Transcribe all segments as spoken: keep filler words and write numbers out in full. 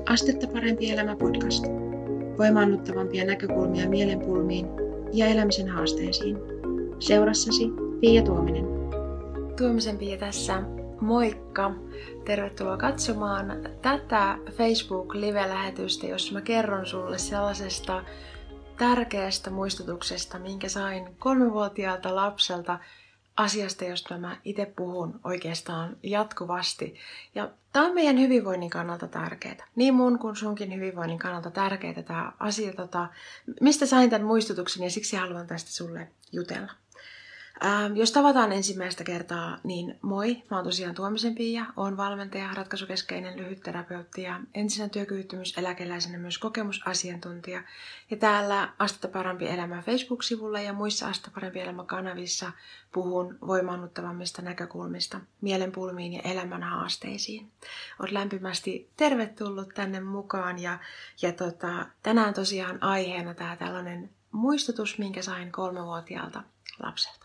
Astetta parempi elämä podcast. Voimaannuttavampia näkökulmia mielenpulmiin ja elämisen haasteisiin. Seurassasi Pia Tuominen. Tuomisen Pia tässä. Moikka! Tervetuloa katsomaan tätä Facebook-live-lähetystä, jossa mä kerron sulle sellaisesta tärkeästä muistutuksesta, minkä sain kolmevuotiaalta lapselta asiasta, josta mä itse puhun oikeastaan jatkuvasti. Ja tää on meidän hyvinvoinnin kannalta tärkeää. Niin mun kuin sunkin hyvinvoinnin kannalta tärkeää tämä asia, tota, mistä sain tämän muistutuksen ja siksi haluan tästä sulle jutella. Ähm, jos tavataan ensimmäistä kertaa, niin moi, mä oon tosiaan Tuomisen Pia, oon valmentaja, ratkaisukeskeinen lyhytterapeutti ja entisenä työkyvyttömyyseläkeläisenä myös kokemusasiantuntija. Ja täällä Astetta parempi elämä Facebook-sivulla ja muissa Astetta parempi elämä -kanavissa puhun voimaannuttavammista näkökulmista mielenpulmiin ja elämän haasteisiin. Oot lämpimästi tervetullut tänne mukaan ja, ja tota, tänään tosiaan aiheena tää tällainen muistutus, minkä sain kolmevuotiaalta lapselta.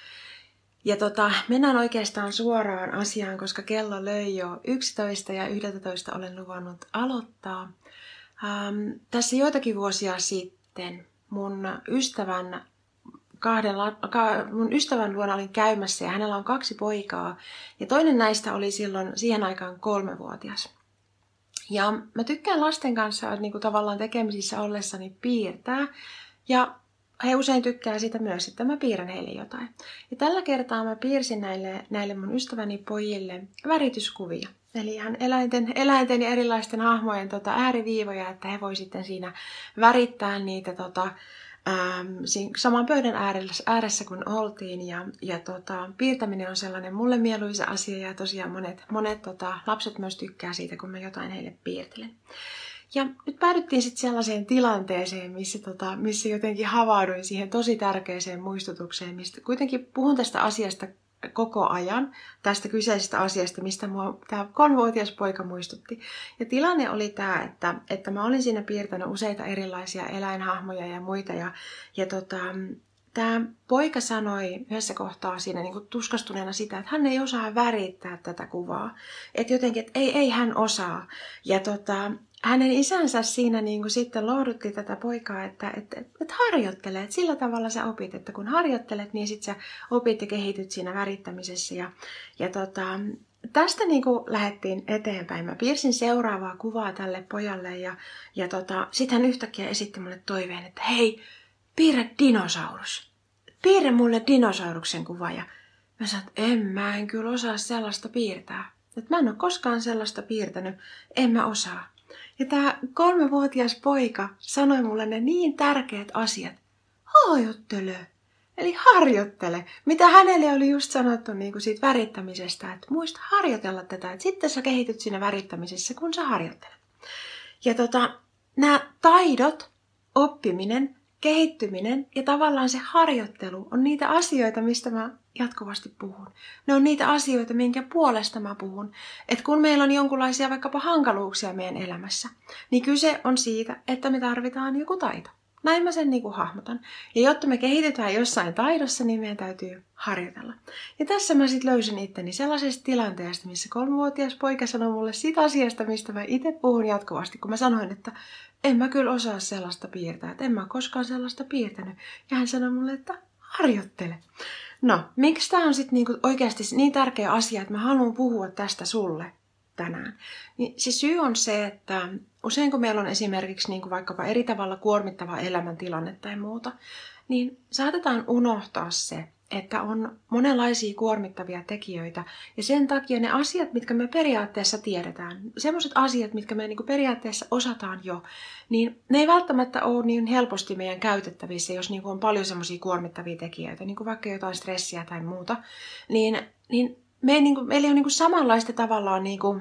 Ja tota, mennään oikeastaan suoraan asiaan, koska kello löi jo yksitoista ja yksitoista olen luvannut aloittaa. Ähm, tässä joitakin vuosia sitten mun ystävän, kahden, ka, mun ystävän luona olin käymässä ja hänellä on kaksi poikaa. Ja toinen näistä oli silloin siihen aikaan kolmevuotias. Ja mä tykkään lasten kanssa niin kuin tavallaan tekemisissä ollessani piirtää. Ja he usein tykkää siitä myös, että mä piirrän heille jotain. Ja tällä kertaa mä piirsin näille, näille mun ystäväni pojille värityskuvia. Eli ihan eläinten, eläinten ja erilaisten hahmojen tota, ääriviivoja, että he voi sitten siinä värittää niitä tota, äm, saman pöydän ääressä, ääressä kun oltiin. Ja, ja tota, piirtäminen on sellainen mulle mieluisa asia ja tosiaan monet, monet tota, lapset myös tykkää siitä, kun mä jotain heille piirtelen. Ja nyt päädyttiin sitten sellaiseen tilanteeseen, missä, tota, missä jotenkin havahduin siihen tosi tärkeäseen muistutukseen, mistä kuitenkin puhun tästä asiasta koko ajan, tästä kyseisestä asiasta, mistä mua tämä kolmevuotias poika muistutti. Ja tilanne oli tämä, että, että mä olin siinä piirtänyt useita erilaisia eläinhahmoja ja muita, ja, ja tota, tämä poika sanoi yhdessä kohtaa siinä niin kuin tuskastuneena sitä, että hän ei osaa värittää tätä kuvaa. Että jotenkin, että ei, ei hän osaa. Ja tota, hänen isänsä siinä niin kuin sitten lohdutti tätä poikaa, että, että, että harjoittele. Että sillä tavalla sä opit, että kun harjoittelet, niin sitten sä opit ja kehityt siinä värittämisessä. Ja, ja tota, tästä niin kuin lähdettiin eteenpäin. Mä piirsin seuraavaa kuvaa tälle pojalle ja, ja tota, sitten hän yhtäkkiä esitti mulle toiveen, että hei, piirrä dinosaurus. Piirrä mulle dinosauruksen kuva. Ja mä sanoin, että en mä en kyllä osaa sellaista piirtää. Että mä en ole koskaan sellaista piirtänyt. En mä osaa. Ja tää kolmevuotias poika sanoi mulle ne niin tärkeät asiat. Harjoittele. Eli harjoittele. Mitä hänelle oli just sanottu niin kuin siitä värittämisestä. Että muista harjoitella tätä. Että sitten sä kehityt siinä värittämisessä, kun sä harjoittelet. Ja tota, nämä taidot, oppiminen, kehittyminen ja tavallaan se harjoittelu on niitä asioita, mistä mä jatkuvasti puhun. Ne on niitä asioita, minkä puolesta mä puhun. Että kun meillä on jonkinlaisia vaikkapa hankaluuksia meidän elämässä, niin kyse on siitä, että me tarvitaan joku taito. Näin mä sen niin kuin hahmotan. Ja jotta me kehitetään jossain taidossa, niin meidän täytyy harjoitella. Ja tässä mä sitten löysin itteni sellaisesta tilanteesta, missä kolmevuotias poika sanoi mulle siitä asiasta, mistä mä itse puhun jatkuvasti, kun mä sanoin, että en mä kyllä osaa sellaista piirtää, että en mä koskaan sellaista piirtänyt. Ja hän sanoi mulle, että harjoittele. No, miksi tämä on sitten niinku oikeasti niin tärkeä asia, että mä haluan puhua tästä sulle tänään? Niin se syy on se, että usein kun meillä on esimerkiksi niinku vaikkapa eri tavalla kuormittava elämäntilanne tai muuta, niin saatetaan unohtaa se, että on monenlaisia kuormittavia tekijöitä. Ja sen takia ne asiat, mitkä me periaatteessa tiedetään, sellaiset asiat, mitkä me niinku periaatteessa osataan jo, niin ne ei välttämättä ole niin helposti meidän käytettävissä, jos niinku on paljon semmoisia kuormittavia tekijöitä, niin kuin vaikka jotain stressiä tai muuta. Niin, niin me ei, niinku, meillä ei ole niinku samanlaista tavallaan niinku,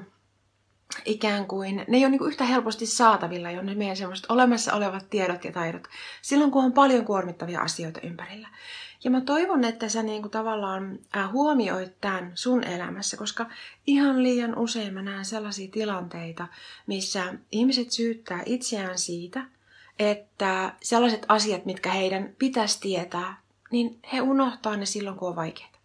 ikään kuin, ne ei ole niinku yhtä helposti saatavilla jo ne meidän semmoiset olemassa olevat tiedot ja taidot, silloin kun on paljon kuormittavia asioita ympärillä. Ja mä toivon, että sä niinku tavallaan huomioit tämän sun elämässä, koska ihan liian usein mä näen sellaisia tilanteita, missä ihmiset syyttää itseään siitä, että sellaiset asiat, mitkä heidän pitäisi tietää, niin he unohtaa ne silloin, kun on vaikeita.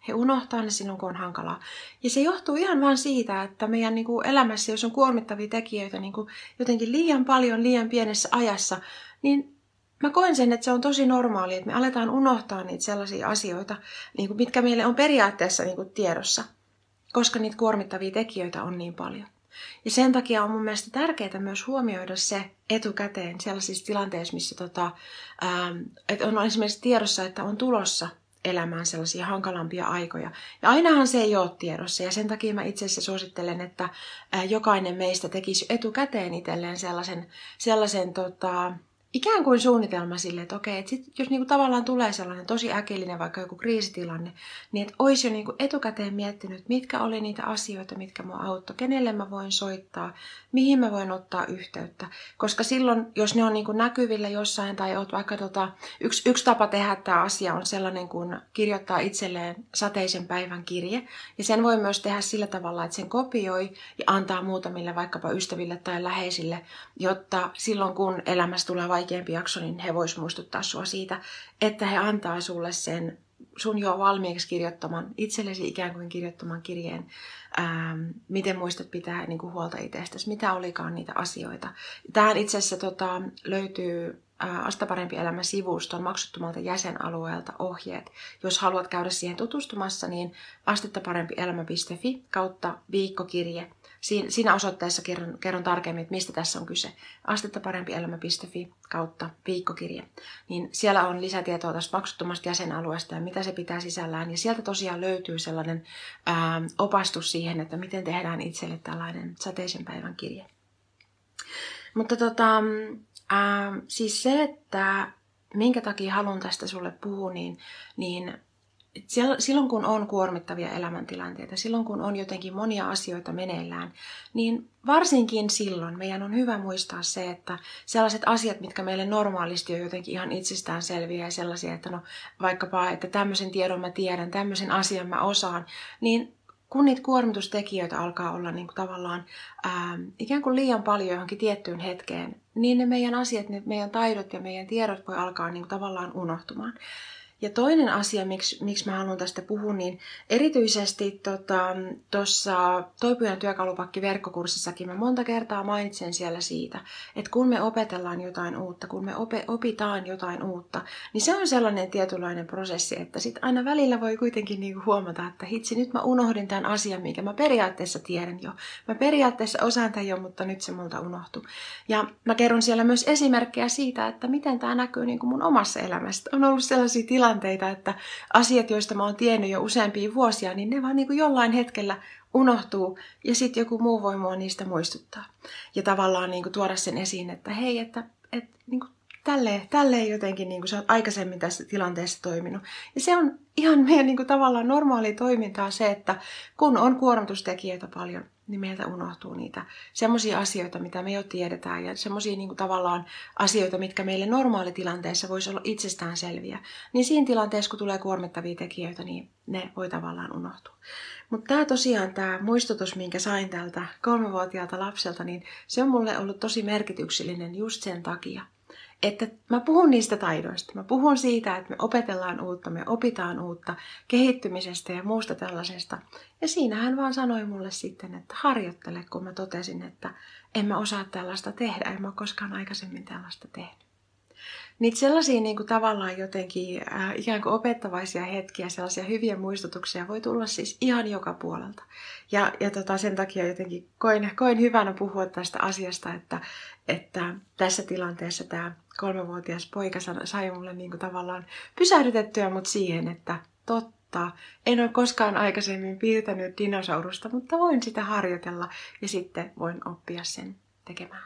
He unohtaa ne silloin, kun on hankalaa. Ja se johtuu ihan vaan siitä, että meidän niin kuin elämässä, jos on kuormittavia tekijöitä niin kuin jotenkin liian paljon, liian pienessä ajassa, niin mä koen sen, että se on tosi normaali, että me aletaan unohtaa niitä sellaisia asioita, niin kuin mitkä meille on periaatteessa niin kuin tiedossa, koska niitä kuormittavia tekijöitä on niin paljon. Ja sen takia on mun mielestä tärkeää myös huomioida se etukäteen sellaisissa tilanteissa, missä tota, ää, että on esimerkiksi tiedossa, että on tulossa elämään sellaisia hankalampia aikoja. Ja ainahan se ei ole tiedossa, ja sen takia mä itse asiassa suosittelen, että ää, jokainen meistä tekisi etukäteen itselleen sellaisen, sellaisen tota, ikään kuin suunnitelma sille, että okei, että sit, jos niinku tavallaan tulee sellainen tosi äkillinen vaikka joku kriisitilanne, niin että olisi jo niinku etukäteen miettinyt, mitkä oli niitä asioita, mitkä mua auttoi, kenelle mä voin soittaa, mihin mä voin ottaa yhteyttä. Koska silloin, jos ne on niinku näkyvillä jossain tai oot vaikka tota, yksi, yksi tapa tehdä tämä asia on sellainen, kun kirjoittaa itselleen sateisen päivän kirje. Ja sen voi myös tehdä sillä tavalla, että sen kopioi ja antaa muutamille vaikkapa ystäville tai läheisille, jotta silloin kun elämässä tulee vaikeampi jakso, niin he vois muistuttaa sua siitä, että he antaa sulle sen sun jo valmiiksi kirjoittaman, itsellesi ikään kuin kirjoittaman kirjeen, ää, miten muistat pitää niin kuin huolta itsestäsi, mitä olikaan niitä asioita. Tähän itse asiassa tota, löytyy ää, Asta parempi elämä -sivuston maksuttomalta jäsenalueelta ohjeet. Jos haluat käydä siihen tutustumassa, niin astettaparempielämä piste fi kautta viikkokirje. Siinä osoitteessa kerron, kerron tarkemmin, että mistä tässä on kyse. astettaparempielämä piste fi kautta viikkokirje. Niin siellä on lisätietoa tästä maksuttomasta jäsenalueesta ja mitä se pitää sisällään. Ja sieltä tosiaan löytyy sellainen ää, opastus siihen, että miten tehdään itselle tällainen sateisen päivän kirje. Mutta tota, ää, siis se, että minkä takia haluan tästä sulle puhua, niin... niin silloin kun on kuormittavia elämäntilanteita, silloin kun on jotenkin monia asioita meneillään, niin varsinkin silloin meidän on hyvä muistaa se, että sellaiset asiat, mitkä meille normaalisti on jotenkin ihan itsestäänselviä ja sellaisia, että no vaikkapa, että tämmöisen tiedon mä tiedän, tämmöisen asian mä osaan, niin kun niitä kuormitustekijöitä alkaa olla niin kuin tavallaan ää, ikään kuin liian paljon johonkin tiettyyn hetkeen, niin ne meidän asiat, ne meidän taidot ja meidän tiedot voi alkaa niin kuin tavallaan unohtumaan. Ja toinen asia, miksi, miksi mä haluan tästä puhua, niin erityisesti tuossa tota, Toipujan työkalupakki-verkkokurssissakin mä monta kertaa mainitsen siellä siitä, että kun me opetellaan jotain uutta, kun me op- opitaan jotain uutta, niin se on sellainen tietynlainen prosessi, että sitten aina välillä voi kuitenkin niinku huomata, että hitsi, nyt mä unohdin tämän asian, minkä mä periaatteessa tiedän jo. Mä periaatteessa osaan tämän jo, mutta nyt se multa unohtui. Ja mä kerron siellä myös esimerkkejä siitä, että miten tämä näkyy niinku mun omassa elämässä. On ollut sellaisia tilanteita, että asiat, joista mä oon tiennyt jo useampia vuosia, niin ne vaan niin kuin jollain hetkellä unohtuu ja sitten joku muu voi mua niistä muistuttaa. Ja tavallaan niin kuin tuoda sen esiin, että hei, että, että niin kuin tälleen, tälleen jotenkin niin kuin sä oot aikaisemmin tässä tilanteessa toiminut. Ja se on ihan meidän niin kuin tavallaan normaalia toimintaa se, että kun on kuormitustekijöitä paljon, niin meiltä unohtuu niitä semmoisia asioita, mitä me jo tiedetään ja semmoisia niin kuin tavallaan asioita, mitkä meille normaalitilanteessa voisi olla itsestään selviä. Niin siinä tilanteessa, kun tulee kuormittavia tekijöitä, niin ne voi tavallaan unohtua. Mutta tämä tosiaan, tämä muistutus, minkä sain tältä kolmevuotiaalta lapselta, niin se on mulle ollut tosi merkityksellinen just sen takia, että mä puhun niistä taidoista. Mä puhun siitä, että me opetellaan uutta, me opitaan uutta, kehittymisestä ja muusta tällaisesta. Ja siinä hän vaan sanoi mulle sitten, että harjoittele, kun mä totesin, että en mä osaa tällaista tehdä, en mä ole koskaan aikaisemmin tällaista tehnyt. Niitä sellaisia niin kuin tavallaan jotenkin äh, ikään kuin opettavaisia hetkiä, sellaisia hyviä muistutuksia voi tulla siis ihan joka puolelta. Ja, ja tota, sen takia jotenkin koin, koin hyvänä puhua tästä asiasta, että, että tässä tilanteessa tämä kolmevuotias poika sai mulle niin kuin tavallaan pysähdytettyä mut siihen, että totta, en ole koskaan aikaisemmin piirtänyt dinosaurusta, mutta voin sitä harjoitella ja sitten voin oppia sen tekemään.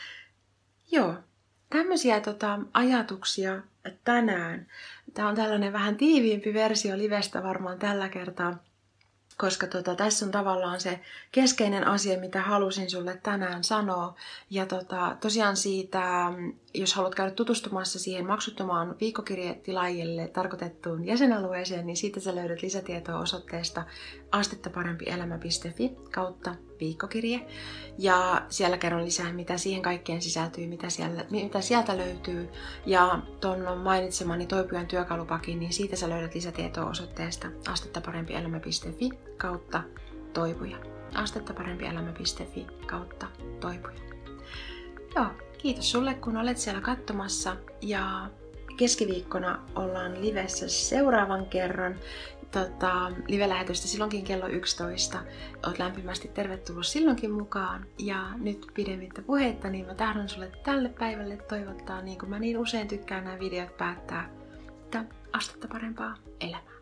Joo. Tämmöisiä tota, ajatuksia tänään. Tämä on tällainen vähän tiiviimpi versio livestä varmaan tällä kertaa, koska tota, tässä on tavallaan se keskeinen asia, mitä halusin sulle tänään sanoa. Ja tota, tosiaan siitä jos haluat käydä tutustumassa siihen maksuttomaan viikkokirjetilaajille tarkoitettuun jäsenalueeseen, niin siitä sä löydät lisätietoa osoitteesta astettaparempielämä piste fi kautta viikkokirje. Ja siellä kerron lisää, mitä siihen kaikkeen sisältyy, mitä, siellä, mitä sieltä löytyy. Ja tuon mainitsemani Toipujan työkalupakin, niin siitä sä löydät lisätietoa osoitteesta astettaparempielämä piste fi kautta toipuja. astettaparempielämä piste fi kautta toipuja. Joo, kiitos sulle, kun olet siellä katsomassa. Ja keskiviikkona ollaan livessä seuraavan kerran. Tota, live-lähetystä silloinkin kello yksitoista. Olet lämpimästi tervetullut silloinkin mukaan. Ja nyt pidemmittä puheitta, niin mä tahdon sulle tälle päivälle toivottaa, niin kuin mä niin usein tykkään nämä videot päättää, että astetta parempaa elämää.